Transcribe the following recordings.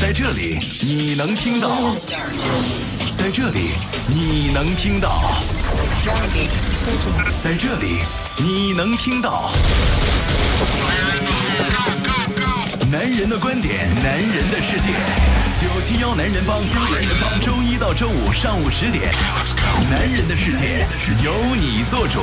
在这里你能听到，在这里你能听到，在这里你能听到。男人的观点，男人的世界，971男人帮，周一到周五上午10点，男人的世界由你做主。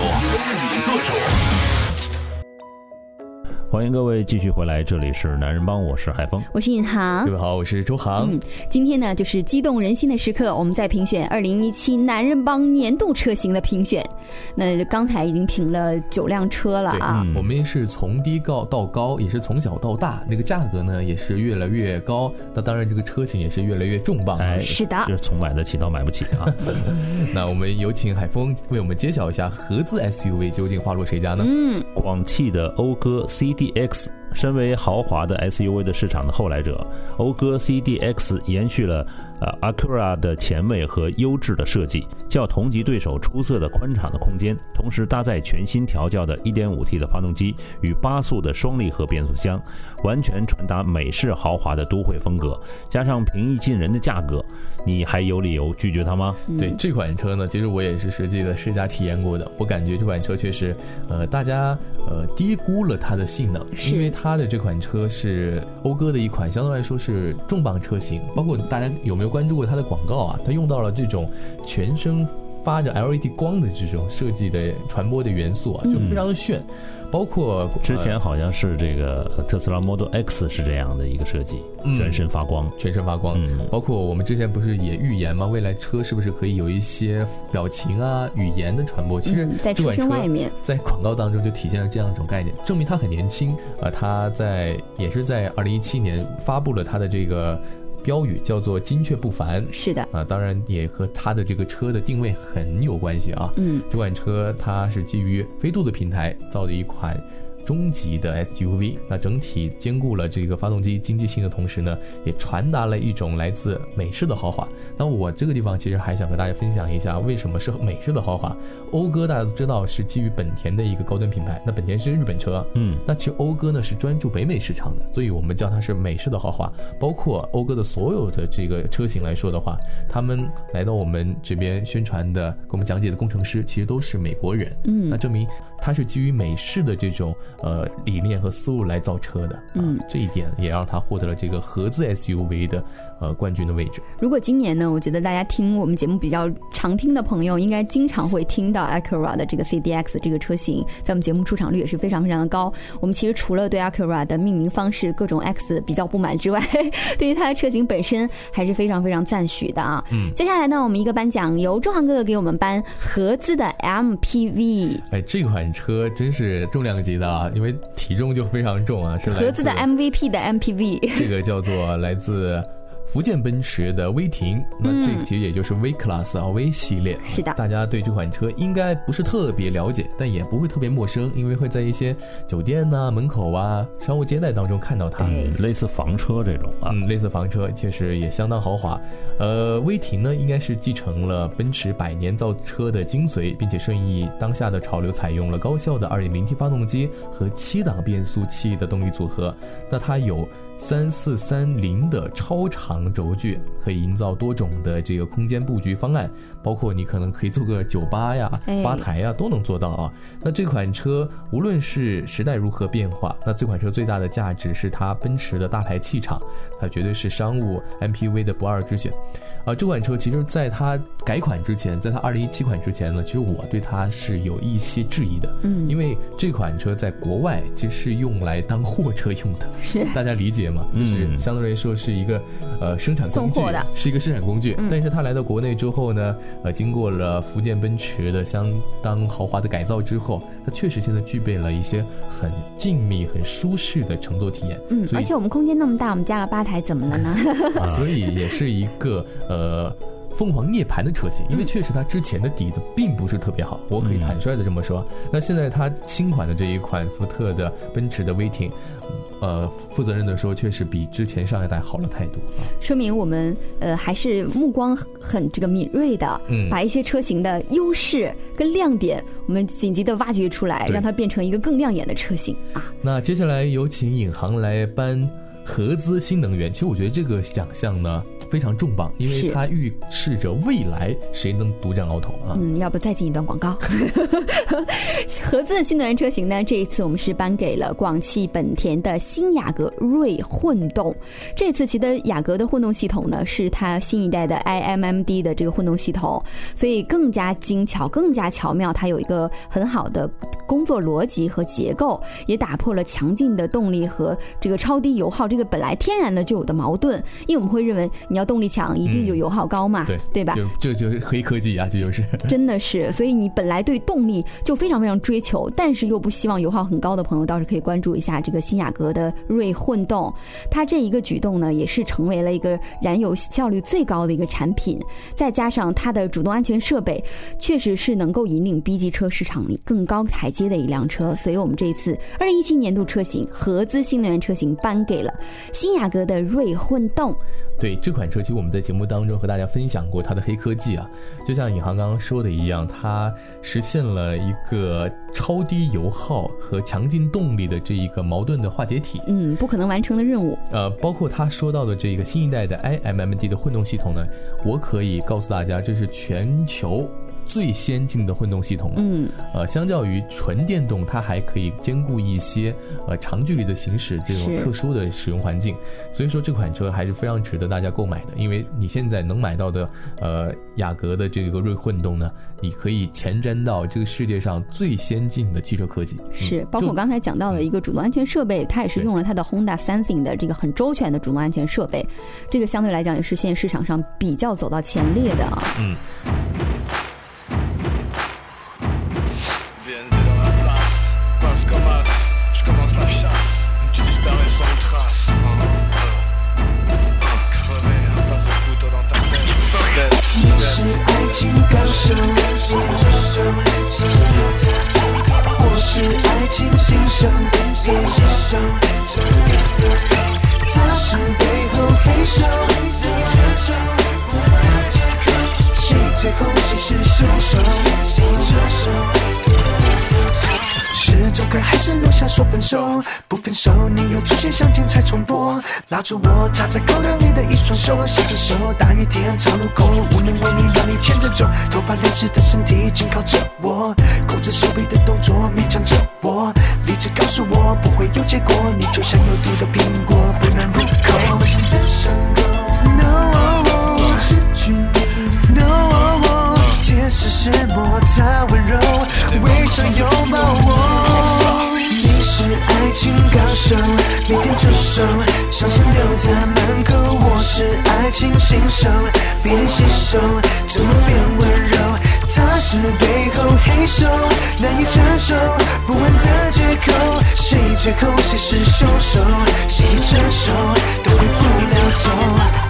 欢迎各位继续回来，这里是男人帮，我是海峰， 我是尹航， 各位好，我是周航。 今天呢就是激动人心的时刻，我们在评选2017男人帮年度车型的评选。那刚才已经评了9辆车了啊， 我们是从低到高，也是从小到大，那个价格呢也是越来越高，那当然这个车型也是越来越重磅。 是的， 就是从买得起到买不起啊。 那我们有请海峰为我们揭晓一下合资 SUV 究竟花落谁家呢？ 广汽的讴歌 CDX。身为豪华的 SUV 的市场的后来者，讴歌 CDX 延续了Acura 的前卫和优质的设计，较同级对手出色的宽敞的空间，同时搭载全新调教的 1.5T 的发动机与8速的双离合变速箱，完全传达美式豪华的都会风格，加上平易近人的价格，你还有理由拒绝它吗？ 对，这款车呢，其实我也是实际的试驾体验过的，我感觉这款车确实大家低估了它的性能，因为它的这款车是讴歌的一款相对来说是重磅车型，包括大家有没有关注过它的广告啊？它用到了这种全身发着 LED 光的这种设计的传播的元素啊，就非常的炫。包括之前好像是这个特斯拉 Model X 是这样的一个设计，全身发光。包括我们之前不是也预言吗？未来车是不是可以有一些表情啊、语言的传播？其实在车身外面， 在广告当中就体现了这样一种概念，证明它很年轻。它也是在2017年发布了它的这个标语，叫做精确不凡。 是的当然也和它的这个车的定位很有关系啊。这款车它是基于飞度的平台造的一款中级的 SUV， 那整体兼顾了这个发动机经济性的同时呢，也传达了一种来自美式的豪华。那我这个地方其实还想和大家分享一下，为什么是美式的豪华。讴歌大家都知道是基于本田的一个高端品牌，那本田是日本车，那其实讴歌呢是专注北美市场的，所以我们叫它是美式的豪华。包括讴歌的所有的这个车型来说的话，他们来到我们这边宣传的给我们讲解的工程师其实都是美国人，那证明它是基于美式的这种理念和思路来造车的，这一点也让他获得了这个合资 SUV 的冠军的位置。 如果今年呢，我觉得大家听我们节目比较常听的朋友，应该经常会听到 Acura 的这个 CDX 这个车型，在我们节目出场率也是非常非常的高。我们其实除了对 Acura 的命名方式各种 X 比较不满之外，对于它的车型本身还是非常非常赞许的啊。接下来呢，我们一个颁奖由周航哥哥给我们颁合资的 MPV。 这款车真是重量级的啊，因为体重就非常重啊，是合资的 MVP 的 MPV， 这个叫做来自福建奔驰的威霆，那这其实也就是 V Class 啊 V 系列。 是的， 大家对这款车应该不是特别了解，但也不会特别陌生，因为会在一些酒店啊、门口啊、商务接待当中看到它。 类似房车这种啊， 类似房车，确实也相当豪华。威霆呢，应该是继承了奔驰100年造车的精髓，并且顺应当下的潮流，采用了高效的 2.0T 发动机和7档变速器的动力组合。那它有3430的超长轴距，可以营造多种的这个空间布局方案，包括你可能可以做个酒吧呀、吧台呀，都能做到啊。那这款车无论是时代如何变化，那这款车最大的价值是它奔驰的大牌气场，它绝对是商务 MPV 的不二之选啊。这款车其实在它改款之前，在它2017款之前呢，其实我对它是有一些质疑的，因为这款车在国外其实是用来当货车用的，大家理解吗？就是相对来说是一个生产工具，是一个生产工具，但是它来到国内之后呢，经过了福建奔驰的相当豪华的改造之后，它确实现在具备了一些很静谧、很舒适的乘坐体验。 而且我们空间那么大，我们加个吧台怎么了呢？ 所以也是一个凤凰涅槃的车型，因为确实它之前的底子并不是特别好，我可以坦率的这么说。那现在它新款的这一款福特的奔驰的威霆，负责任的说，确实比之前上一代好了太多啊。 说明我们还是目光很这个敏锐的，把一些车型的优势跟亮点，我们紧急的挖掘出来，让它变成一个更亮眼的车型啊。 那接下来有请尹航来颁合资新能源。其实我觉得这个奖项呢非常重磅，因为它预示着未来谁能独占鳌头啊。 要不再进一段广告。合资的新能源车型呢，这一次我们是颁给了广汽本田的新雅阁锐混动。这次其实雅阁的混动系统呢，是它新一代的 iMMD 的这个混动系统，所以更加精巧更加巧妙，它有一个很好的工作逻辑和结构，也打破了强劲的动力和这个超低油耗这个本来天然的就有的矛盾。因为我们会认为你要动力强一定就油耗高嘛，对吧？ 这就是黑科技啊，这就是真的是。所以你本来对动力就非常非常追求，但是又不希望油耗很高的朋友，倒是可以关注一下这个新雅阁的锐混动。它这一个举动呢，也是成为了一个燃油效率最高的一个产品，再加上它的主动安全设备，确实是能够引领 B 级车市场里更高台阶的一辆车。所以我们这一次2017年度车型合资新能源车型颁给了新雅阁的锐混动。 对，这款车其实我们在节目当中和大家分享过它的黑科技啊，就像尹航刚刚说的一样，它实现了一个超低油耗和强劲动力的这一个矛盾的化解体， 不可能完成的任务。 包括他说到的这个新一代的 iMMD 的混动系统呢，我可以告诉大家，这是全球最先进的混动系统了。相较于纯电动，它还可以兼顾一些长距离的行驶这种特殊的使用环境，所以说这款车还是非常值得大家购买的。因为你现在能买到的雅阁的这个锐混动呢，你可以前瞻到这个世界上最先进的汽车科技， 是包括刚才讲到的一个主动安全设备，它也是用了它的 Honda Sensing 的这个很周全的主动安全设备，这个相对来讲也是现在市场上比较走到前列的啊。 你是爱情高手，我是爱情新手，他是背后黑手，谁最后谁是凶手？是走开还是留下说分手？不分手你又出现像精彩重播，拉住我插在口袋里的一双手，小着手大雨天长路口，无能为力让你牵着走，头发流失的身体紧靠着我，勾着手臂的动作勉强着我，理智告诉我不会有结果，你就像有毒的苹果不能入口。我现在想go ，No， 我想失去你 ，No， 天使是摩擦温柔，微笑拥抱我。你是爱情高手，每天出手，伤心留在门口。我是爱情新手，比你洗手，怎么变温柔？他是背后黑手，难以承受不完的借口。谁最后谁是凶手？谁一承受都回不了头。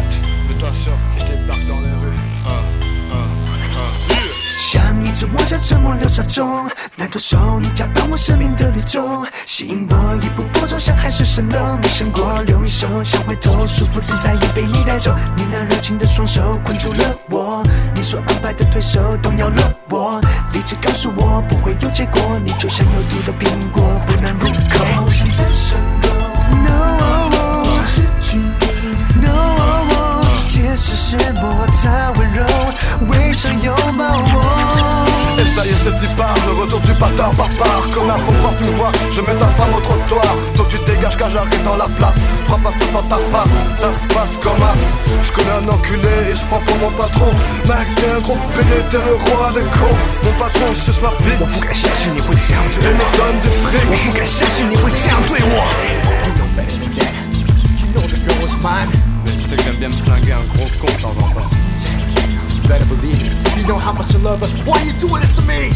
像一直往下沉默流沙中，难脱手，你夹断我生命的绿洲，吸引我一步步走向海市蜃楼，没想过留一手，想回头，舒服自在也被你带走，你那热情的双手困住了我，你所安排的对手动摇了我，理智告诉我不会有结果，你就像有毒的苹果不能入口。我现在想go ，No， 我想失去你 ，No， 天使是摩擦温柔，微笑拥抱我。 Et ça y est, c'est dit part, le retour du bâtard barbare. Comme un faux croire, tu me vois, je mets ta femme au trottoir. Donc tu dégages quand j'arrive dans la place. Trois passes tout dans ta face, ça se passe comme as. Je connais un enculé et je prends pour mon patron. Mec, t'es un gros pédé, t'es le roi des cons. Mon patron suce ma bite. 我不敢相信你会这样对我， Et me donne du fric. 我不敢相信你会这样对我。You know better than that. You know the girl was mine. Tu sais que j'aime bien me flinguer un gros con de temps en temps. You better believe it. You know how much I love her. Why you doing this to me?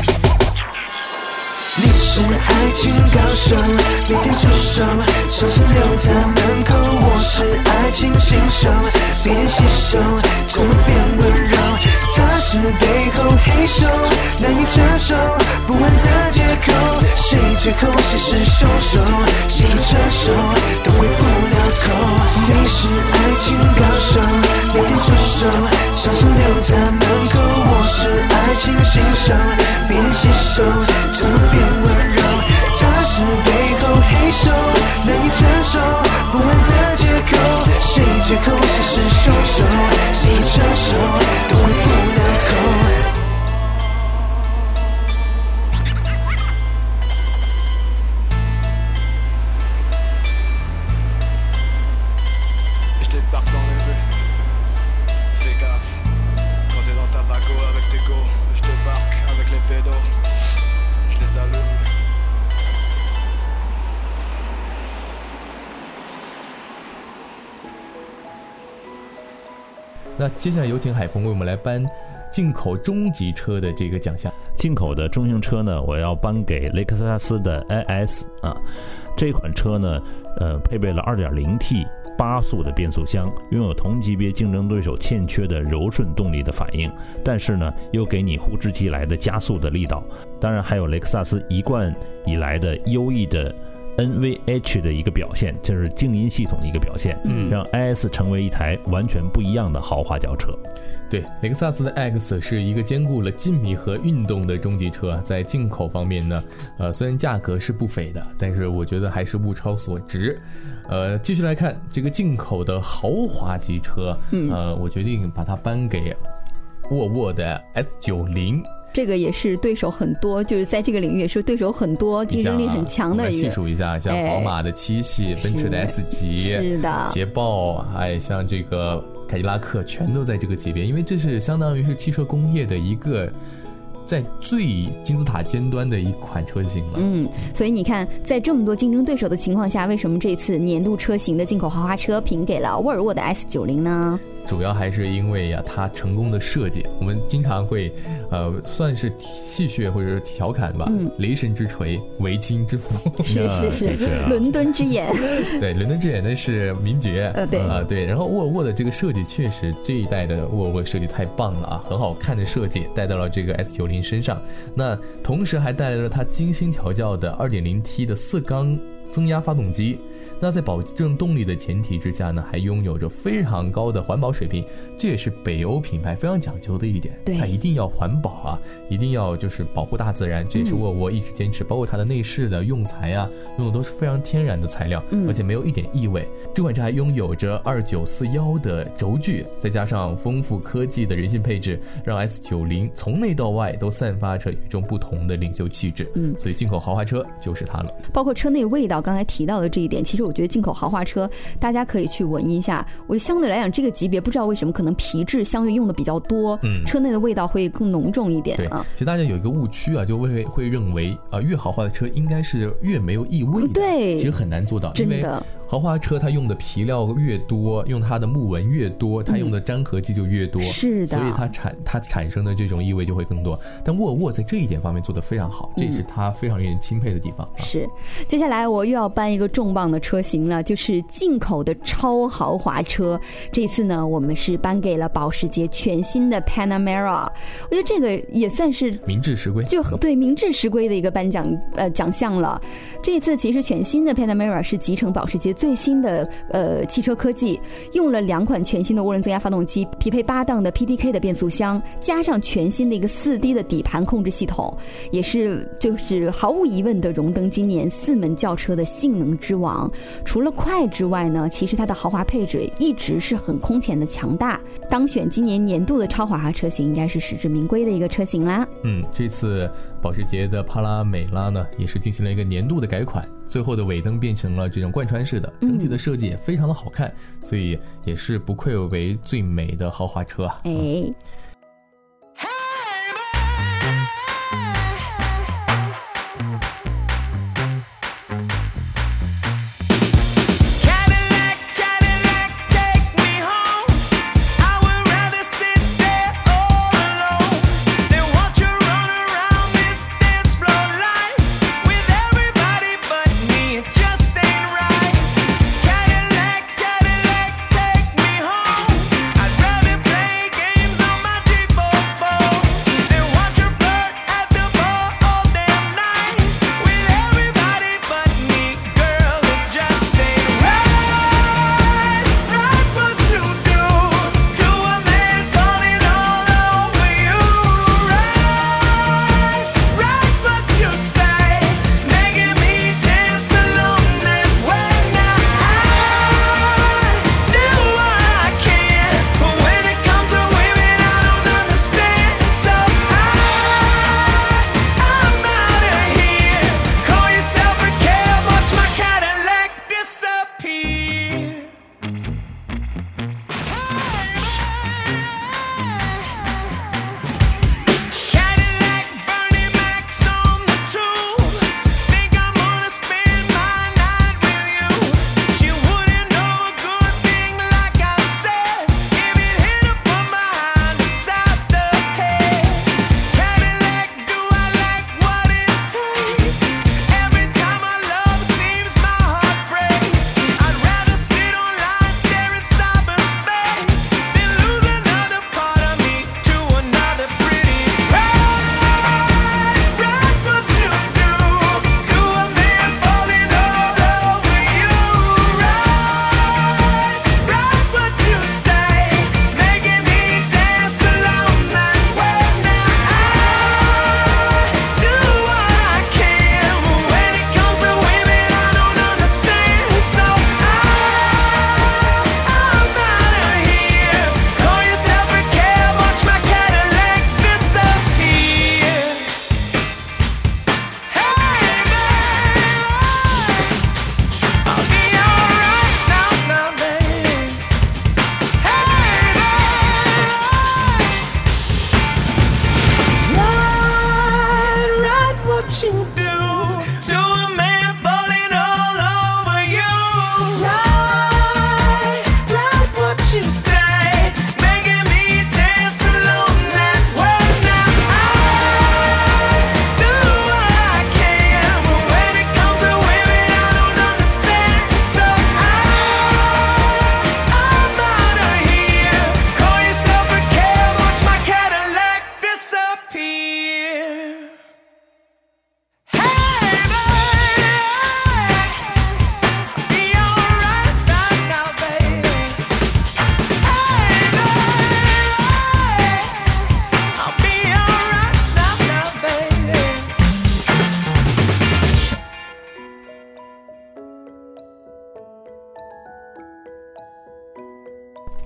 你是爱情高手，每天出手，伤心留在门口。我是爱情新手，比你洗手，怎么变温柔？他是背后黑手，难以承受不完的借口。谁最后谁是凶手？谁一承受都回不了头。你是爱情高手，每天出手，伤心留在门口。我是爱情新手，比你洗手，怎么变温柔？他是背后黑手，难以承受不完那接下来有请海峰为我们来颁进口中级车的这个奖项。 进口的中型车呢，我要颁给雷克萨斯的 IS 啊，这款车呢，配备了 2.0T 8速的变速箱，拥有同级别竞争对手欠缺的柔顺动力的反应，但是呢，又给你呼之即来的加速的力道。当然还有雷克萨斯一贯以来的优异的NVH 的一个表现，这是静音系统的一个表现，让 IS 成为一台完全不一样的豪华轿车。 对，雷克萨斯的 X 是一个兼顾了静谧和运动的中级车，在进口方面呢，虽然价格是不菲的，但是我觉得还是物超所值。继续来看这个进口的豪华级车，我决定把它颁给沃尔沃的 S90。 这个也是对手很多，就是在这个领域也是对手很多，竞争力很强的一个。 细数一下，像宝马的7系、奔驰的 S 级， 是的， 捷豹，像这个凯迪拉克，全都在这个级别，因为这是相当于是汽车工业的一个在最金字塔尖端的一款车型了。 所以你看，在这么多竞争对手的情况下，为什么这次年度车型的进口豪华车评给了沃尔沃的 S90 呢？ 主要还是因为它成功的设计，我们经常会算是戏谑或者是调侃吧，雷神之锤，维京之父， 是伦敦之眼。 对，伦敦之眼那是名角，对。然后沃尔沃的这个设计确实这一代的沃尔沃设计太棒了啊，很好看的设计带到了这个 S90 身上。那同时还带来了它精心调教的 2.0T 的4缸增压发动机，那在保证动力的前提之下呢，还拥有着非常高的环保水平，这也是北欧品牌非常讲究的一点。它一定要环保啊，一定要就是保护大自然，这也是沃尔沃一直坚持。包括它的内饰的用材啊，用的都是非常天然的材料，而且没有一点异味。这款车还拥有着2941的轴距，再加上丰富科技的人性配置，让 S90 从内到外都散发着与众不同的领袖气质。所以进口豪华车就是它了。 包括车内味道，刚才提到的这一点，其实我觉得进口豪华车大家可以去闻一下。我相对来讲，这个级别不知道为什么可能皮质相对用的比较多，车内的味道会更浓重一点。 对，其实大家有一个误区啊，就会认为越豪华的车应该是越没有异味的。 对， 其实很难做到，因为豪华车它用的皮料越多，用它的木纹越多，它用的粘合剂就越多， 是的， 所以它产生的这种异味就会更多。但沃尔沃在这一点方面做得非常好，这是它非常令人钦佩的地方。 是，接下来我又要颁一个重磅的车型了，就是进口的超豪华车。这次呢，我们是颁给了保时捷全新的 Panamera， 我觉得这个也算是名至实归， 就对名至实归的一个颁奖奖项了。这次其实全新的 Panamera 是集成保时捷最新的汽车科技，用了2款全新的涡轮增压发动机，匹配8档的 PDK 的变速箱，加上全新的一个4D 的底盘控制系统，也是就是毫无疑问的荣登今年4门轿车的性能之王。除了快之外呢，其实它的豪华配置一直是很空前的强大，当选今年年度的超豪华车型应该是实至名归的一个车型啦。 这次保时捷的帕拉梅拉呢，也是进行了一个年度的改款，最后的尾灯变成了这种贯穿式的，整体的设计也非常的好看，所以也是不愧为最美的豪华车啊。 I'd rather play games on my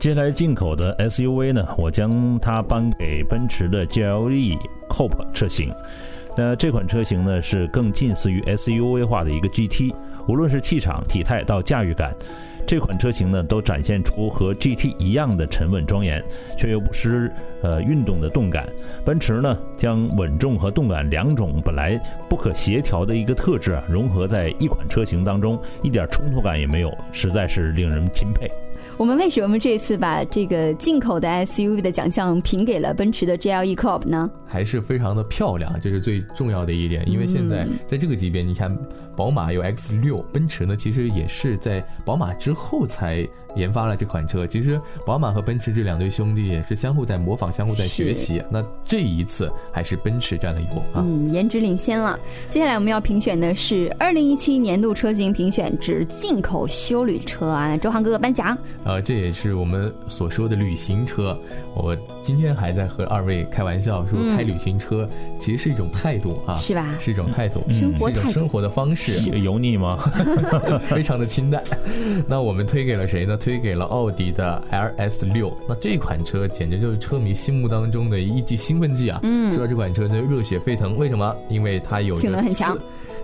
接下来进口的 SUV 呢，我将它颁给奔驰的 GLE Coupe 车型。那这款车型呢是更近似于 SUV 化的一个 GT， 无论是气场、体态到驾驭感，这款车型呢都展现出和 GT 一样的沉稳庄严，却又不失运动的动感。奔驰呢将稳重和动感两种本来不可协调的一个特质融合在一款车型当中，一点冲突感也没有，实在是令人钦佩。 我们为什么这次把这个进口的 SUV 的奖项评给了奔驰的 GLE Coupe 呢？ 还是非常的漂亮，这是最重要的一点。因为现在在这个级别，你看宝马有 X6， 奔驰呢其实也是在宝马之后才研发了这款车。其实宝马和奔驰这两对兄弟也是相互在模仿，相互在学习。那这一次还是奔驰占了优啊， 颜值领先了。接下来我们要评选的是2017年度车型评选之进口休旅车啊，周航哥哥颁奖。 这也是我们所说的旅行车。我今天还在和二位开玩笑说，开旅行车其实是一种态度啊，是吧？是一种态度，是一种生活的方式。 油腻吗？ 非常的清淡。那我们推给了谁呢？推给了奥迪的 RS6。那这款车简直就是车迷心目当中的一剂兴奋剂啊！说到这款车，就热血沸腾。为什么？因为它有性能很强。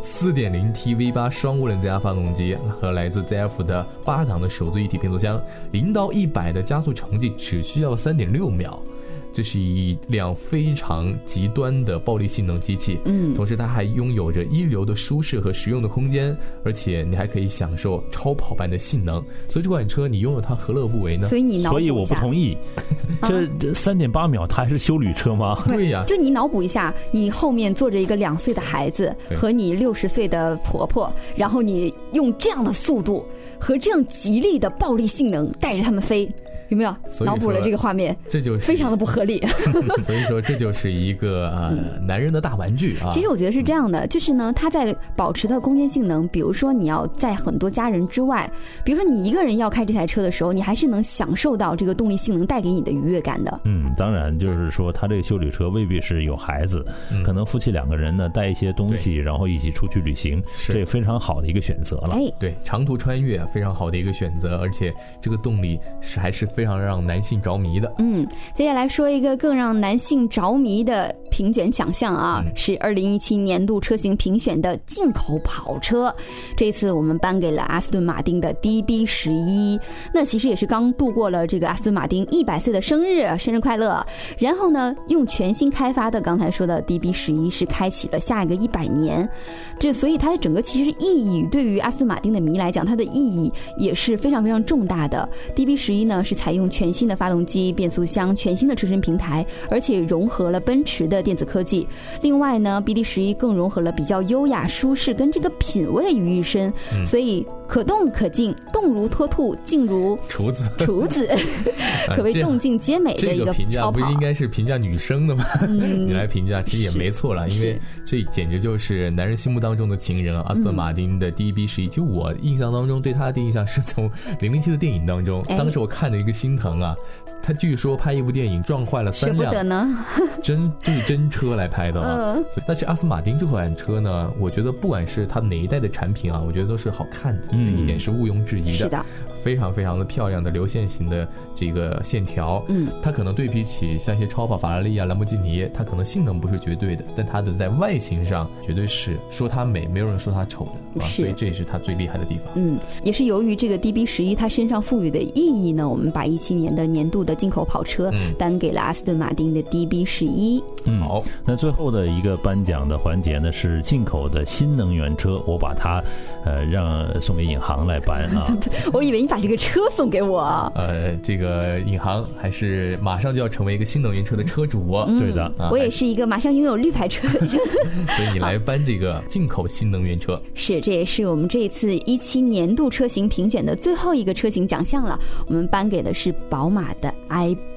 4.0T V8 双涡轮增压发动机和来自 ZF 的8档的手自一体变速箱，0到100的加速成绩只需要3.6秒。这是一辆非常极端的暴力性能机器，同时它还拥有着一流的舒适和实用的空间，而且你还可以享受超跑般的性能。所以这款车你拥有它何乐不为呢？ 所以我不同意。这3.8秒它还是休旅车吗？ 对呀， 就你脑补一下，你后面坐着一个2岁的孩子和你60岁的婆婆，然后你用这样的速度和这样极力的暴力性能带着他们飞。有没有脑补了这个画面？ 这就是非常的不合理。 所以说这就是一个男人的大玩具啊。 其实我觉得是这样的，就是呢，它在保持它的空间性能。比如说你要在很多家人之外，比如说你一个人要开这台车的时候，你还是能享受到这个动力性能带给你的愉悦感的。 当然就是说它这个休旅车未必是有孩子，可能夫妻2个人呢带一些东西，然后一起出去旅行，这也非常好的一个选择了。 对，长途穿越非常好的一个选择，而且这个动力还是非常让男性着迷的。 接下来说一个更让男性着迷的评选奖项啊，是2017年度车型评选的进口跑车。这次我们颁给了阿斯顿马丁的 DB11。那其实也是刚度过了这个阿斯顿马丁100岁的生日快乐。然后呢，用全新开发的刚才说的 DB11是开启了下一个100年。所以它的整个其实意义对于阿斯顿马丁的迷来讲，它的意义也是非常非常重大的。DB11呢是采用全新的发动机、变速箱、全新的车身平台，而且融合了奔驰的电子科技。另外呢 BD11 更融合了比较优雅、舒适跟这个品味于一身，所以可动可静，动如脱兔，静如厨子可谓动静皆美的一个超跑。 这个评价不是应该是评价女生的吗？你来评价其实也没错了，因为这简直就是男人心目当中的情人啊！阿斯顿马丁的 DB11，就我印象当中对他的印象是从007的电影当中，当时我看的一个心疼啊，他据说拍一部电影撞坏了3辆， 舍不得呢， 真车来拍的啊。但是阿斯顿马丁这款车呢，我觉得不管是它哪一代的产品啊，我觉得都是好看的，这一点是毋庸置疑的。 是的， 非常非常的漂亮的流线型的这个线条。它可能对比起像一些超跑法拉利啊、兰博基尼，它可能性能不是绝对的，但它的在外形上绝对是说它美，没有人说它丑的啊，所以这也是它最厉害的地方。 也是由于这个 DB11 它身上赋予的意义呢，我们把17年的年度的进口跑车颁给了阿斯顿马丁的 DB11。 好，那最后的一个颁奖的环节呢是进口的新能源车，我把它送给尹航来颁啊。 我以为你把这个车送给我。 这个尹航还是马上就要成为一个新能源车的车主。 对的， 我也是一个马上拥有绿牌车的人。 所以你来颁这个进口新能源车。 是，这也是我们这一次17年度车型评选的最后一个车型奖项了。我们颁给的是宝马的 i8。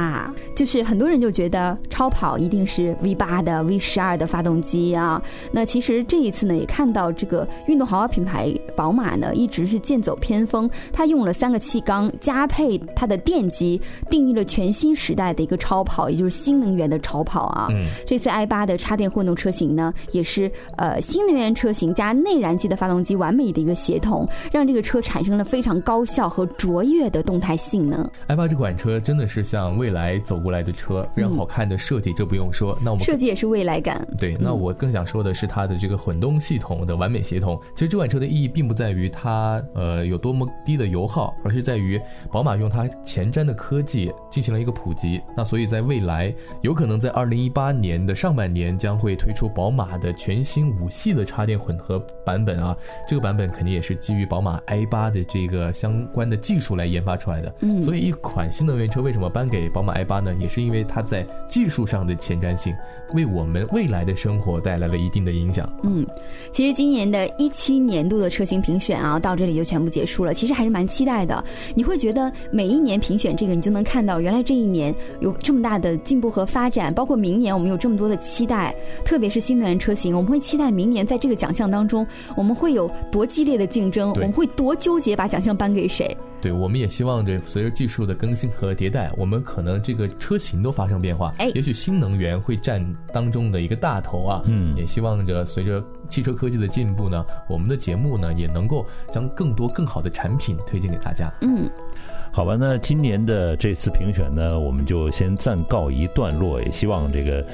呀，就是很多人就觉得超跑一定是 V8 的 V12 的发动机啊。那其实这一次呢，也看到这个运动豪华品牌宝马呢，一直是剑走偏锋，它用了3个气缸加配它的电机，定义了全新时代的一个超跑，也就是新能源的超跑啊。这次 i8 的插电混动车型呢，也是新能源车型加内燃机的发动机完美的一个协同，让这个车产生了非常高效和卓越的动态性能。 i8 这款车真的是向未来走过来的车，非常好看的设计，这不用说。那我们设计也是未来感。 对，那我更想说的是它的这个混动系统的完美协同。其实这款车的意义并不在于它有多么低的油耗，而是在于宝马用它前瞻的科技进行了一个普及。那所以在未来有可能在2018年的上半年将会推出宝马的全新5系的插电混合版本啊，这个版本肯定也是基于宝马 i8 的这个相关的技术来研发出来的。所以一款新能源车为什么颁给宝马 i8 呢？也是因为它在技术上的前瞻性，为我们未来的生活带来了一定的影响。 其实今年的17年度的车型评选啊，到这里就全部结束了。其实还是蛮期待的，你会觉得每一年评选这个，你就能看到原来这一年有这么大的进步和发展，包括明年我们有这么多的期待，特别是新能源车型，我们会期待明年在这个奖项当中，我们会有多激烈的竞争，我们会多纠结把奖项颁给谁。 对，我们也希望着随着技术的更新和迭代，我们可能这个车型都发生变化，也许新能源会占当中的一个大头啊。也希望着随着汽车科技的进步呢，我们的节目呢也能够将更多更好的产品推荐给大家。 好吧，那今年的这次评选呢，我们就先暂告一段落。也希望这个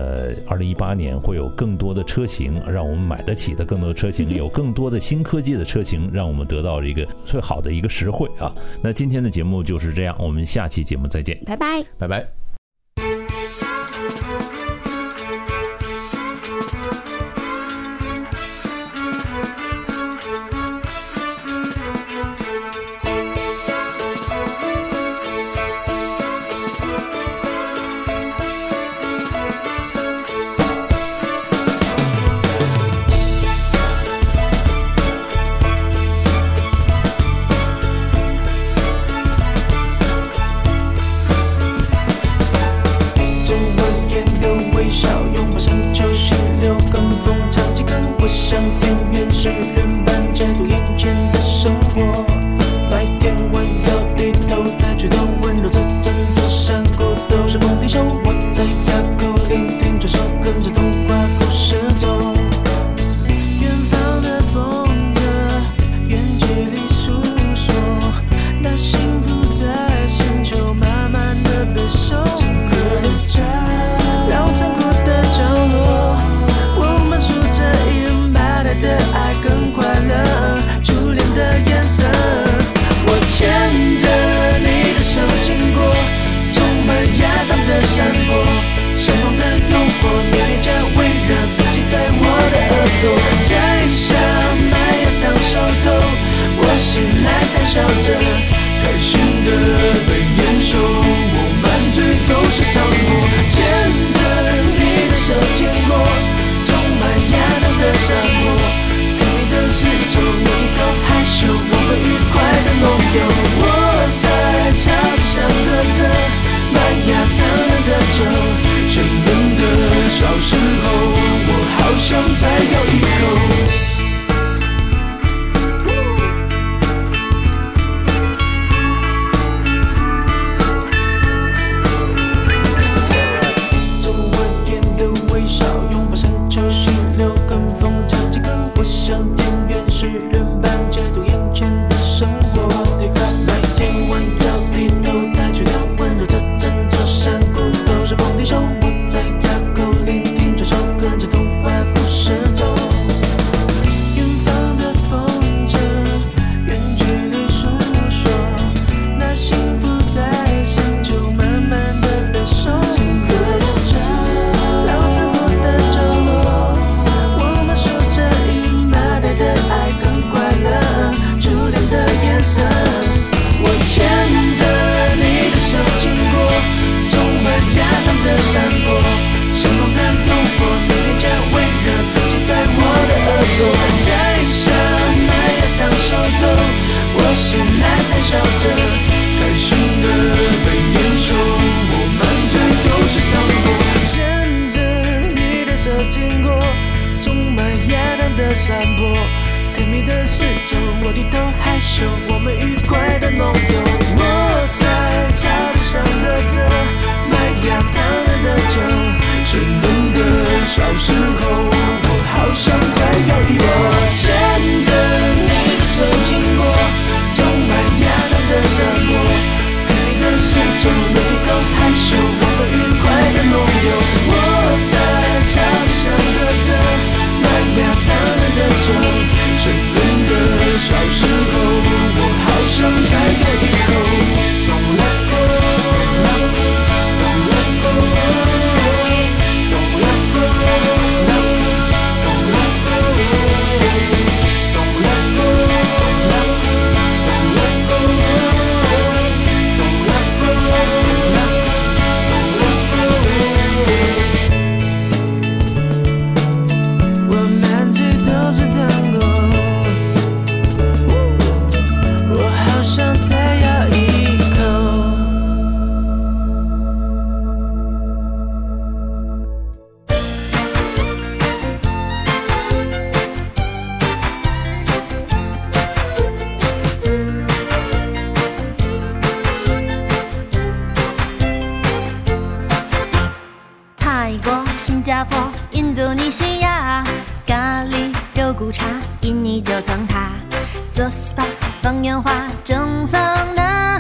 2018年会有更多的车型让我们买得起的更多的车型，有更多的新科技的车型，让我们得到一个最好的一个实惠啊。那今天的节目就是这样，我们下期节目再见， 拜拜， 拜拜。 像电源是人般解读眼前的绳索，来你的失踪，我低头害羞，我们愉快的梦游。我在草地上喝着麦芽糖人的酒，生动的小时候，我好想再有一个牵着你的手经过种麦芽糖的山坡，看你的失踪，我低头害羞，我们愉快的梦游。我在草地上喝着麦芽糖人的酒，生动的小时候，我好想再有一口。 新加坡、印度尼西亚，咖喱、肉骨茶、印尼九层塔，做 SPA、放烟花、蒸桑拿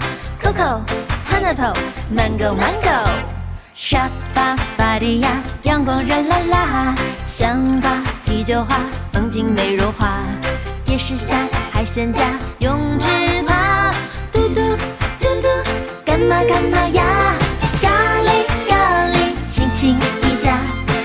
，Coco、Pineapple、Mango、沙巴、巴堤亚，阳光热辣辣，香瓜、啤酒花，风景美如画，夜市下海鲜架，泳池趴，嘟嘟嘟嘟，干嘛干嘛呀？咖喱咖喱，心情一家。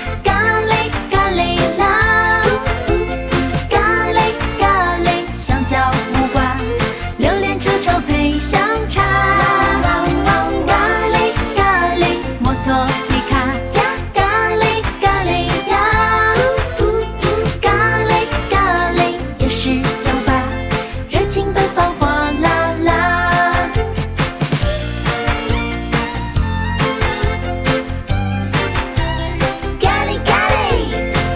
配香茶，咖喱咖喱，摩托皮卡加咖喱咖喱呀，咖喱咖喱，夜市酒吧，热情奔放火辣辣。咖喱咖喱。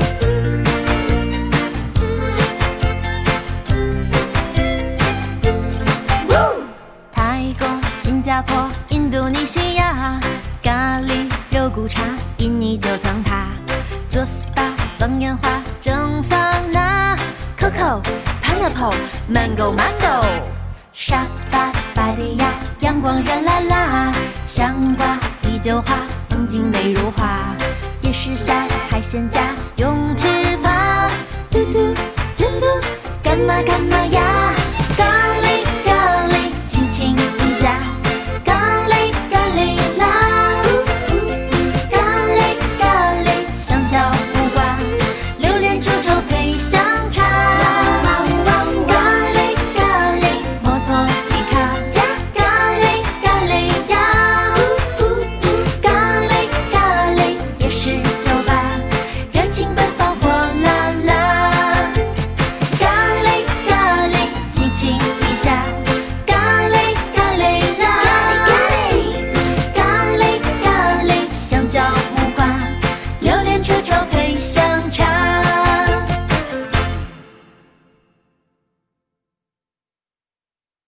新加坡、印度尼西亚，咖喱、肉骨茶、印尼九层塔，做 SPA、放烟花、蒸桑拿 ，Coco、Pineapple、Mango、沙巴、巴堤亚，阳光热辣辣，香瓜、啤酒花，风景美如画，夜市下海鲜架，泳池趴，嘟嘟嘟嘟，干嘛干嘛呀？